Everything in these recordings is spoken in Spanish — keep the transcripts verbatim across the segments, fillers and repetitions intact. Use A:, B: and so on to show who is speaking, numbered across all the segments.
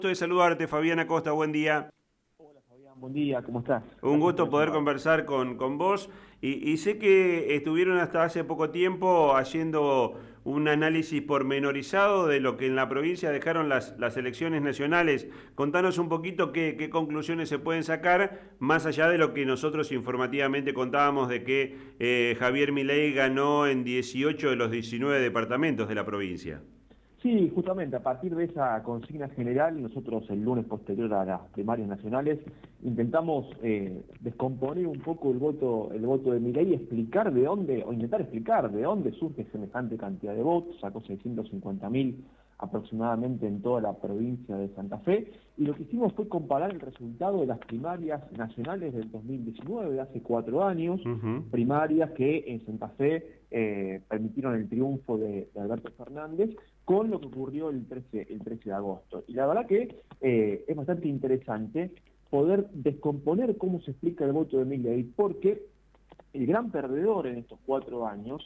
A: Gusto de saludarte, Fabián Acosta, buen día.
B: Hola Fabián, buen día, ¿cómo estás?
A: Un
B: Gracias
A: gusto
B: por
A: poder
B: llamar.
A: conversar con, con vos y, y sé que estuvieron hasta hace poco tiempo haciendo un análisis pormenorizado de lo que en la provincia dejaron las, las elecciones nacionales. Contanos un poquito qué, qué conclusiones se pueden sacar, más allá de lo que nosotros informativamente contábamos de que eh, Javier Milei ganó en dieciocho de los diecinueve departamentos de la provincia.
B: Sí, justamente a partir de esa consigna general, nosotros el lunes posterior a las primarias nacionales intentamos eh, descomponer un poco el voto, el voto de Milei y explicar de dónde, o intentar explicar de dónde surge semejante cantidad de votos. Sacó seiscientos cincuenta mil aproximadamente en toda la provincia de Santa Fe, y lo que hicimos fue comparar el resultado de las primarias nacionales del dos mil diecinueve, de hace cuatro años,
A: Uh-huh.
B: primarias que en Santa Fe eh, permitieron el triunfo de, de Alberto Fernández, con lo que ocurrió el trece, el trece de agosto. Y la verdad que eh, es bastante interesante poder descomponer cómo se explica el voto de Milei, porque el gran perdedor en estos cuatro años,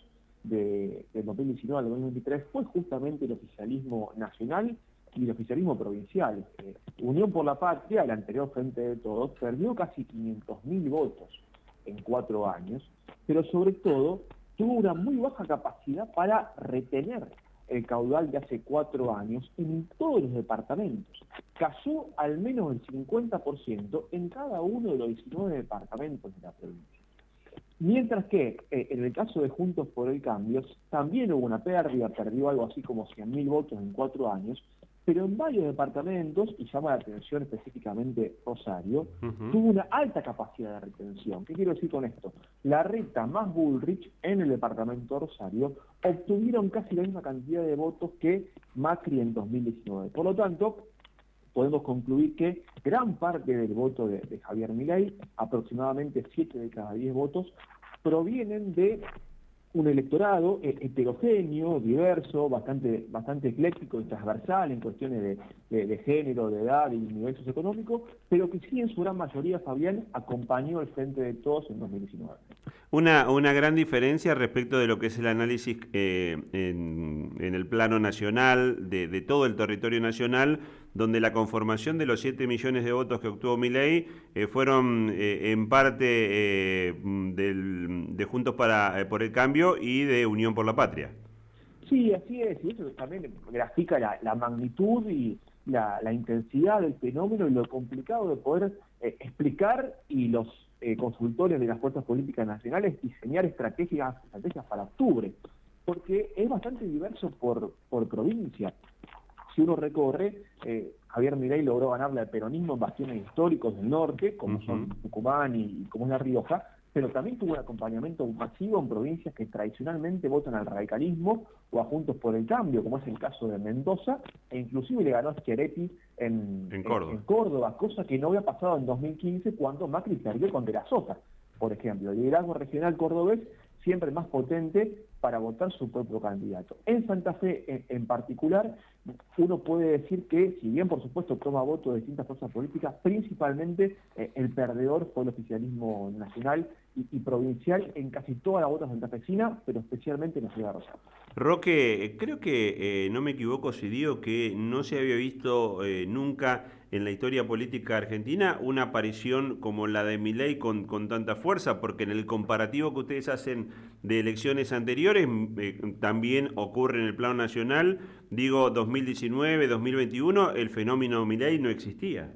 B: de, del dos mil diecinueve al dos mil veintitrés, fue justamente el oficialismo nacional y el oficialismo provincial. Eh, Unión por la Patria, el anterior Frente de Todos, perdió casi quinientos mil votos en cuatro años, pero sobre todo tuvo una muy baja capacidad para retener el caudal de hace cuatro años en todos los departamentos. Cayó al menos el cincuenta por ciento en cada uno de los diecinueve departamentos de la provincia. Mientras que eh, en el caso de Juntos por el Cambio también hubo una pérdida, perdió algo así como cien mil votos en cuatro años, pero en varios departamentos, y llama la atención específicamente Rosario,
A: Uh-huh.
B: tuvo una alta capacidad de retención. ¿Qué quiero decir con esto? La Reta más Bullrich en el departamento de Rosario obtuvieron casi la misma cantidad de votos que Macri en dos mil diecinueve. Por lo tanto, podemos concluir que gran parte del voto de, de Javier Milei, aproximadamente siete de cada diez votos, provienen de un electorado eh, heterogéneo, diverso, bastante, bastante ecléctico y transversal en cuestiones de, de, de género, de edad y nivel socioeconómico, pero que sí en su gran mayoría, Fabián, acompañó el Frente de Todos en dos mil diecinueve.
A: Una, una gran diferencia respecto de lo que es el análisis eh, en, en el plano nacional, de, de todo el territorio nacional, donde la conformación de los siete millones de votos que obtuvo Milei eh, fueron eh, en parte eh, del, de Juntos para, eh, por el Cambio y de Unión por la Patria.
B: Sí, así es, y eso también grafica la, la magnitud y la, la intensidad del fenómeno y lo complicado de poder eh, explicar, y los eh, consultores de las fuerzas políticas nacionales diseñar estrategias, estrategias para octubre, porque es bastante diverso por, por provincia. Si uno recorre, eh, Javier Milei logró ganarle al peronismo en bastiones históricos del norte, como
A: Uh-huh.
B: son Tucumán y, y como es La Rioja, pero también tuvo un acompañamiento masivo en provincias que tradicionalmente votan al radicalismo o a Juntos por el Cambio, como es el caso de Mendoza, e inclusive le ganó a Schiaretti en,
A: En
B: en,
A: Córdoba.
B: en Córdoba, cosa que no había pasado en dos mil quince cuando Macri perdió con De la Sota, por ejemplo. El liderazgo regional cordobés siempre más potente para votar su propio candidato. En Santa Fe en, en particular, uno puede decir que, si bien por supuesto toma votos de distintas fuerzas políticas, principalmente eh, el perdedor fue el oficialismo nacional y, y provincial en casi toda la vota santafesina, pero especialmente en la ciudad de Rosario.
A: Roque, creo que eh, no me equivoco si digo que no se había visto eh, nunca en la historia política argentina una aparición como la de Milei con, con tanta fuerza, porque en el comparativo que ustedes hacen de elecciones anteriores eh, también ocurre en el plano nacional. Digo, dos mil diecinueve, dos mil veintiuno, el fenómeno Milei no existía.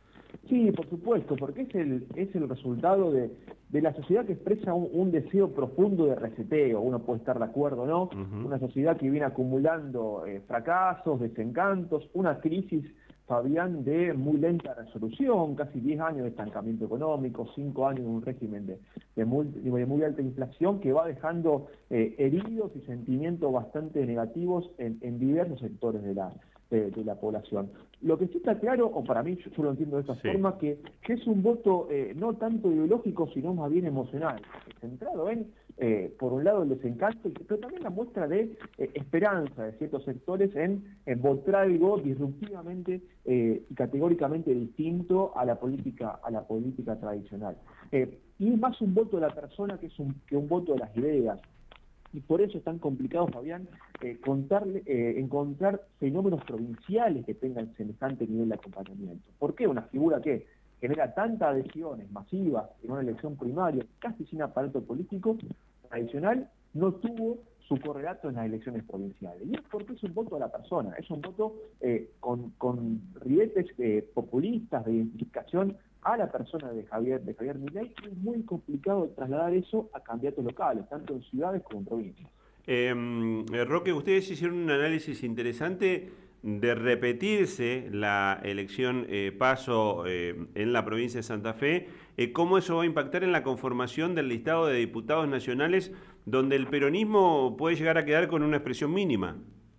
B: Sí, por supuesto, porque es el, es el resultado de, de la sociedad que expresa un, un deseo profundo de reseteo. Uno puede estar de acuerdo o no,
A: Uh-huh.
B: una sociedad que viene acumulando eh, fracasos, desencantos, una crisis, Fabián, de muy lenta resolución, casi diez años de estancamiento económico, cinco años de un régimen de, de, muy, de muy alta inflación que va dejando eh, heridos y sentimientos bastante negativos en, en diversos sectores de la, de, de la población. Lo que sí está claro, o para mí, yo, yo lo entiendo de esta
A: Sí.
B: forma, que, que es un voto eh, no tanto ideológico, sino más bien emocional, centrado en, eh, por un lado, el desencanto, pero también la muestra de eh, esperanza de ciertos sectores en, en votar algo disruptivamente eh, y categóricamente distinto a la política, a la política tradicional. Eh, y es más un voto de la persona que, es un, que un voto de las ideas. Y por eso es tan complicado, Fabián, eh, contarle, eh, encontrar fenómenos provinciales que tengan semejante nivel de acompañamiento. ¿Por qué una figura que genera tantas adhesiones masivas en una elección primaria, casi sin aparato político tradicional, no tuvo su correlato en las elecciones provinciales? Y es porque es un voto a la persona, es un voto eh, con, con ribetes eh, populistas de identificación a la persona de Javier, de Javier Milei. Es muy complicado trasladar eso a candidatos locales, tanto en ciudades como en provincias.
A: Eh, Roque, ustedes hicieron un análisis interesante de repetirse la elección eh, PASO eh, en la provincia de Santa Fe, eh, cómo eso va a impactar en la conformación del listado de diputados nacionales, donde el peronismo puede llegar a quedar con una expresión mínima.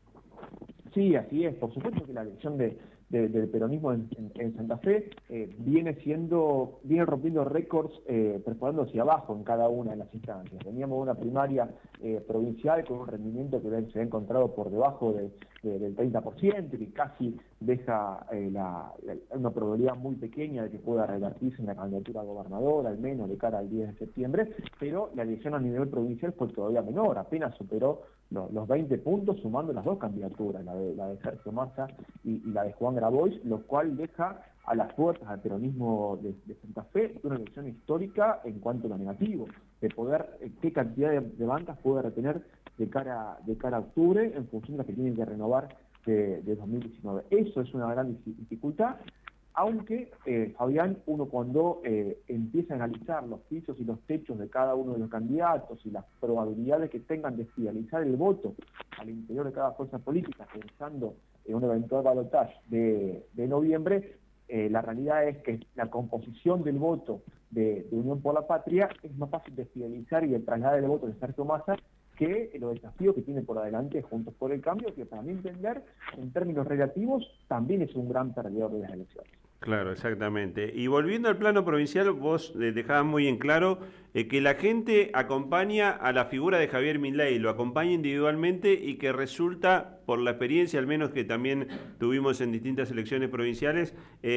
B: Sí, así es. Por supuesto que la elección de, de, del peronismo en, en, en Santa Fe eh, viene siendo, viene rompiendo récords, eh, perforando hacia abajo en cada una de las instancias. Teníamos una primaria eh, provincial con un rendimiento que se ha encontrado por debajo de, de, del treinta por ciento, que casi deja eh, la, la, una probabilidad muy pequeña de que pueda revertirse en la candidatura a gobernador, al menos de cara al diez de septiembre, pero la elección a nivel provincial fue todavía menor, apenas superó los, los veinte puntos, sumando las dos candidaturas, la de, la de Sergio Massa y, y la de Juan Grabois, lo cual deja a las puertas al peronismo de, de Santa Fe una elección histórica en cuanto a lo negativo, de poder, qué cantidad de, de bancas puede retener de cara, de cara a octubre en función de las que tienen que renovar de, de dos mil diecinueve. Eso es una gran dificultad, aunque, eh, Fabián, uno cuando eh, empieza a analizar los pisos y los techos de cada uno de los candidatos y las probabilidades que tengan de fidelizar el voto al interior de cada fuerza política, pensando en un eventual balotaje de, de noviembre, eh, la realidad es que la composición del voto de, de Unión por la Patria es más fácil de fidelizar y de trasladar el voto de Sergio Massa que los desafíos que tiene por adelante Juntos por el Cambio, que para mi entender, en términos relativos, también es un gran perdedor de las elecciones.
A: Claro, exactamente. Y volviendo al plano provincial, vos dejabas muy en claro eh, que la gente acompaña a la figura de Javier Milei, lo acompaña individualmente y que resulta, por la experiencia al menos que también tuvimos en distintas elecciones provinciales,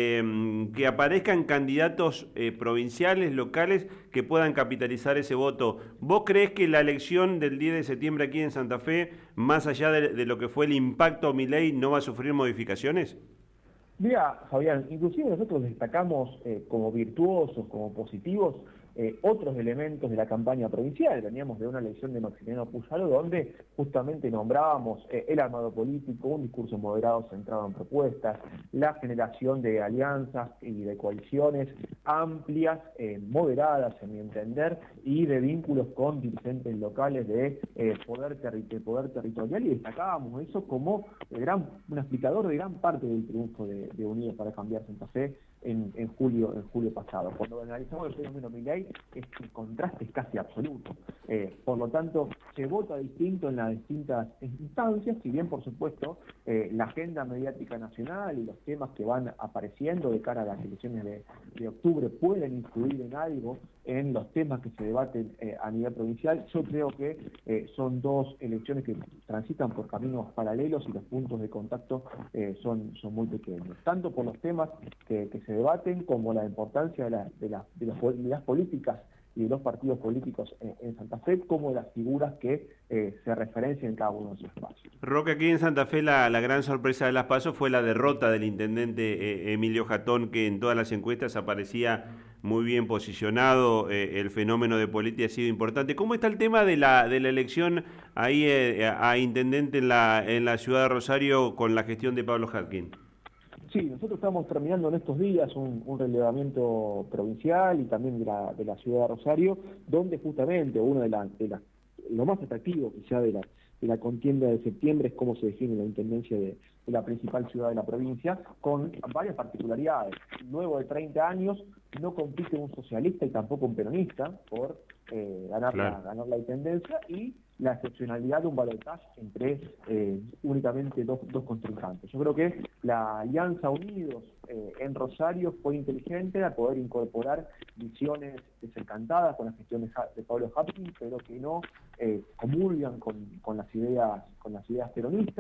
A: eh, que aparezcan candidatos eh, provinciales, locales, que puedan capitalizar ese voto. ¿Vos creés que la elección del diez de septiembre aquí en Santa Fe, más allá de, de lo que fue el impacto Milei, no va a sufrir modificaciones?
B: Mira, Fabián, inclusive nosotros destacamos eh, como virtuosos, como positivos, eh, otros elementos de la campaña provincial. Veníamos de una elección de Maximiliano Pujaro, donde justamente nombrábamos eh, el armado político, un discurso moderado centrado en propuestas, la generación de alianzas y de coaliciones amplias, eh, moderadas en mi entender, y de vínculos con dirigentes locales de, eh, poder, terri de poder territorial, y destacábamos eso como el gran, un explicador de gran parte del triunfo de, de Unidos para Cambiar Santa Fe en, en julio en julio pasado. Cuando analizamos el fenómeno Milei, el contraste es casi absoluto. Eh, por lo tanto, se vota distinto en las distintas instancias, si bien, por supuesto, eh, la agenda mediática nacional y los temas que van apareciendo de cara a las elecciones de, de octubre pueden influir en algo en los temas que se debaten eh, a nivel provincial. Yo creo que eh, son dos elecciones que transitan por caminos paralelos y los puntos de contacto eh, son, son muy pequeños, tanto por los temas que, que se debaten como la importancia de, la, de, la, de, las, de las políticas y de los partidos políticos en, en Santa Fe, como de las figuras que eh, se referencian en cada uno de sus espacios.
A: Roque, aquí en Santa Fe la, la gran sorpresa de las PASO fue la derrota del intendente eh, Emilio Jatón, que en todas las encuestas aparecía muy bien posicionado, eh, el fenómeno de Poletti ha sido importante. ¿Cómo está el tema de la, de la elección ahí eh, a intendente en la, en la ciudad de Rosario con la gestión de Pablo Jadquín?
B: Sí, nosotros estamos terminando en estos días un, un relevamiento provincial y también de la, de la ciudad de Rosario, donde justamente uno de las, de la, lo más atractivo quizá de la, de la contienda de septiembre es cómo se define la intendencia de, de la principal ciudad de la provincia, con varias particularidades. Luego de treinta años no compite un socialista y tampoco un peronista por eh, ganar, claro. la, ganar la intendencia, y la excepcionalidad de un balotaje entre eh, únicamente dos, dos contrincantes. Yo creo que la Alianza Unidos eh, en Rosario fue inteligente al poder incorporar visiones desencantadas con la gestión de, de Pablo Jadquín, pero que no eh, comulgan con, con las ideas con las ideas peronistas,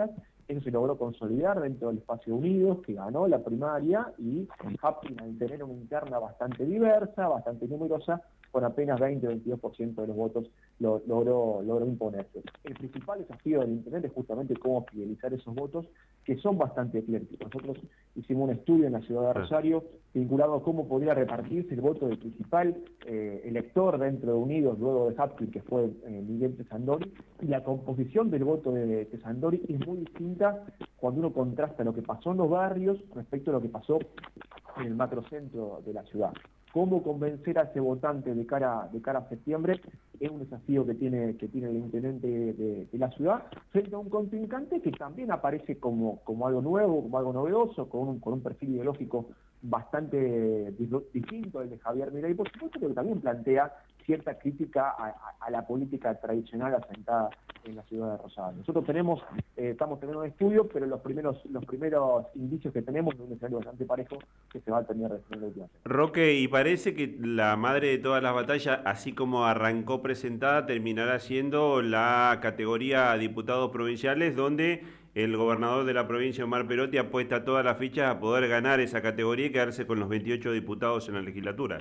B: Eso se logró consolidar dentro del espacio Unidos, que ganó la primaria, y Hapkin, al tener una interna bastante diversa, bastante numerosa, con apenas veinte a veintidós por ciento de los votos lo, logró, logró imponerse. El principal desafío del intendente es justamente cómo fidelizar esos votos, que son bastante eclécticos. Nosotros hicimos un estudio en la ciudad de Rosario vinculado a cómo podría repartirse el voto del principal eh, elector dentro de Unidos, luego de Hapkin, que fue eh, Miguel Tesandori, y la composición del voto de Tesandori es muy distinta cuando uno contrasta lo que pasó en los barrios respecto a lo que pasó en el macrocentro de la ciudad. Cómo convencer a ese votante de cara, de cara a septiembre es un desafío que tiene, que tiene el intendente de, de la ciudad, frente a un contrincante que también aparece como, como algo nuevo, como algo novedoso, con un, con un perfil ideológico bastante distinto del de Javier Milei, por supuesto, pero que también plantea cierta crítica a, a, a la política tradicional asentada en la ciudad de Rosario. Nosotros tenemos, eh, estamos teniendo un estudio, pero los primeros los primeros indicios que tenemos de un escenario bastante parejo que se va a tener de la última semana.
A: Roque, y parece que la madre de todas las batallas, así como arrancó presentada, terminará siendo la categoría diputados provinciales, donde el gobernador de la provincia, Omar Perotti, apuesta todas las fichas a poder ganar esa categoría y quedarse con los veintiocho diputados en la legislatura.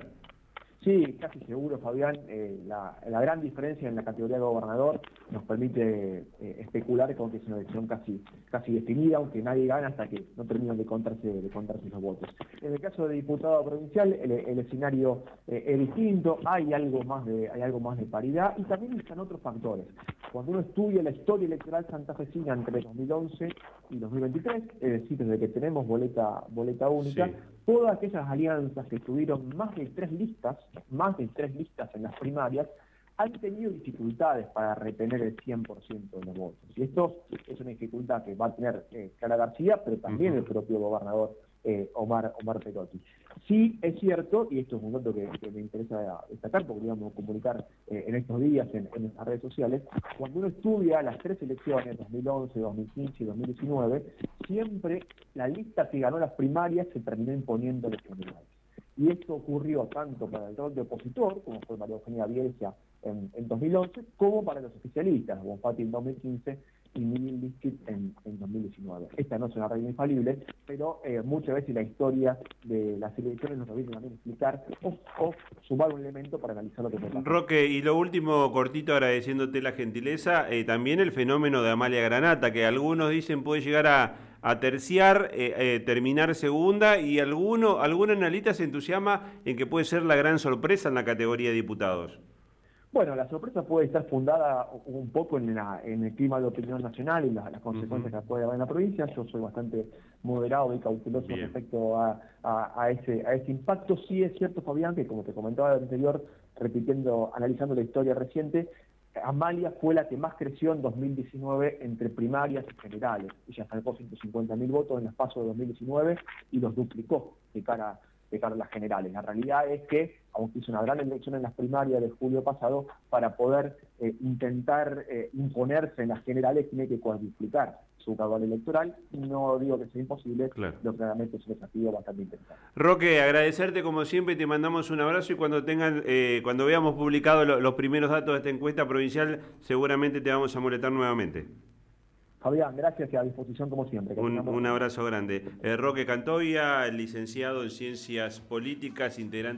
B: Sí, casi seguro, Fabián. Eh, la, la gran diferencia en la categoría de gobernador nos permite eh, especular con que es una elección casi, casi definida, aunque nadie gana hasta que no terminan de contarse, de contarse los votos. En el caso de diputado provincial, el, el escenario eh, es distinto, hay algo más de, hay algo más de paridad y también están otros factores. Cuando uno estudia la historia electoral santafesina entre dos mil once y dos mil veintitrés, es decir, desde que tenemos boleta, boleta única, sí, todas aquellas alianzas que tuvieron más de tres listas, más de tres listas en las primarias, han tenido dificultades para retener el cien por ciento de los votos. Y esto es una dificultad que va a tener eh, Clara García, pero también uh-huh. el propio gobernador eh, Omar, Omar Perotti. Sí es cierto, y esto es un dato que, que me interesa destacar, porque íbamos a comunicar eh, en estos días en, en nuestras redes sociales, cuando uno estudia las tres elecciones, dos mil once, dos mil quince y dos mil diecinueve, siempre la lista que ganó las primarias se terminó imponiendo en los generales. Y esto ocurrió tanto para el rol de opositor, como fue María Eugenia Bielsa en, en dos mil once, como para los oficialistas, Bonfatti en dos mil quince y Miguel Liskit en, en dos mil diecinueve. Esta no es una regla infalible, pero eh, muchas veces la historia de las elecciones nos permite también explicar o, o sumar un elemento para analizar lo que pasa.
A: Roque, y lo último, cortito, agradeciéndote la gentileza, eh, también el fenómeno de Amalia Granata, que algunos dicen puede llegar a a terciar, eh, eh, terminar segunda, y alguno, algún analista se entusiasma en que puede ser la gran sorpresa en la categoría de diputados.
B: Bueno, la sorpresa puede estar fundada un poco en, la, en el clima de opinión nacional y la, las consecuencias uh-huh. que puede haber en la provincia. Yo soy bastante moderado y cauteloso Bien. respecto a, a, a, ese, a ese impacto. Sí es cierto, Fabián, que como te comentaba anterior, repitiendo, analizando la historia reciente, Amalia fue la que más creció en dos mil diecinueve entre primarias y generales. Ella sacó ciento cincuenta mil votos en las PASO de dos mil diecinueve y los duplicó de cara, de cara a las generales. La realidad es que, aunque hizo una gran elección en las primarias de julio pasado, para poder eh, intentar eh, imponerse en las generales tiene que cuadruplicar su caudal electoral. No digo que sea imposible, claro. Pero claramente es un desafío bastante interesante.
A: Roque, agradecerte como siempre, te mandamos un abrazo y cuando tengan, eh, cuando veamos publicados lo, los primeros datos de esta encuesta provincial, seguramente te vamos a molestar nuevamente.
B: Fabián, gracias y a disposición como siempre.
A: Un, un abrazo grande. Eh, Roque Cantovia, licenciado en Ciencias Políticas, integrante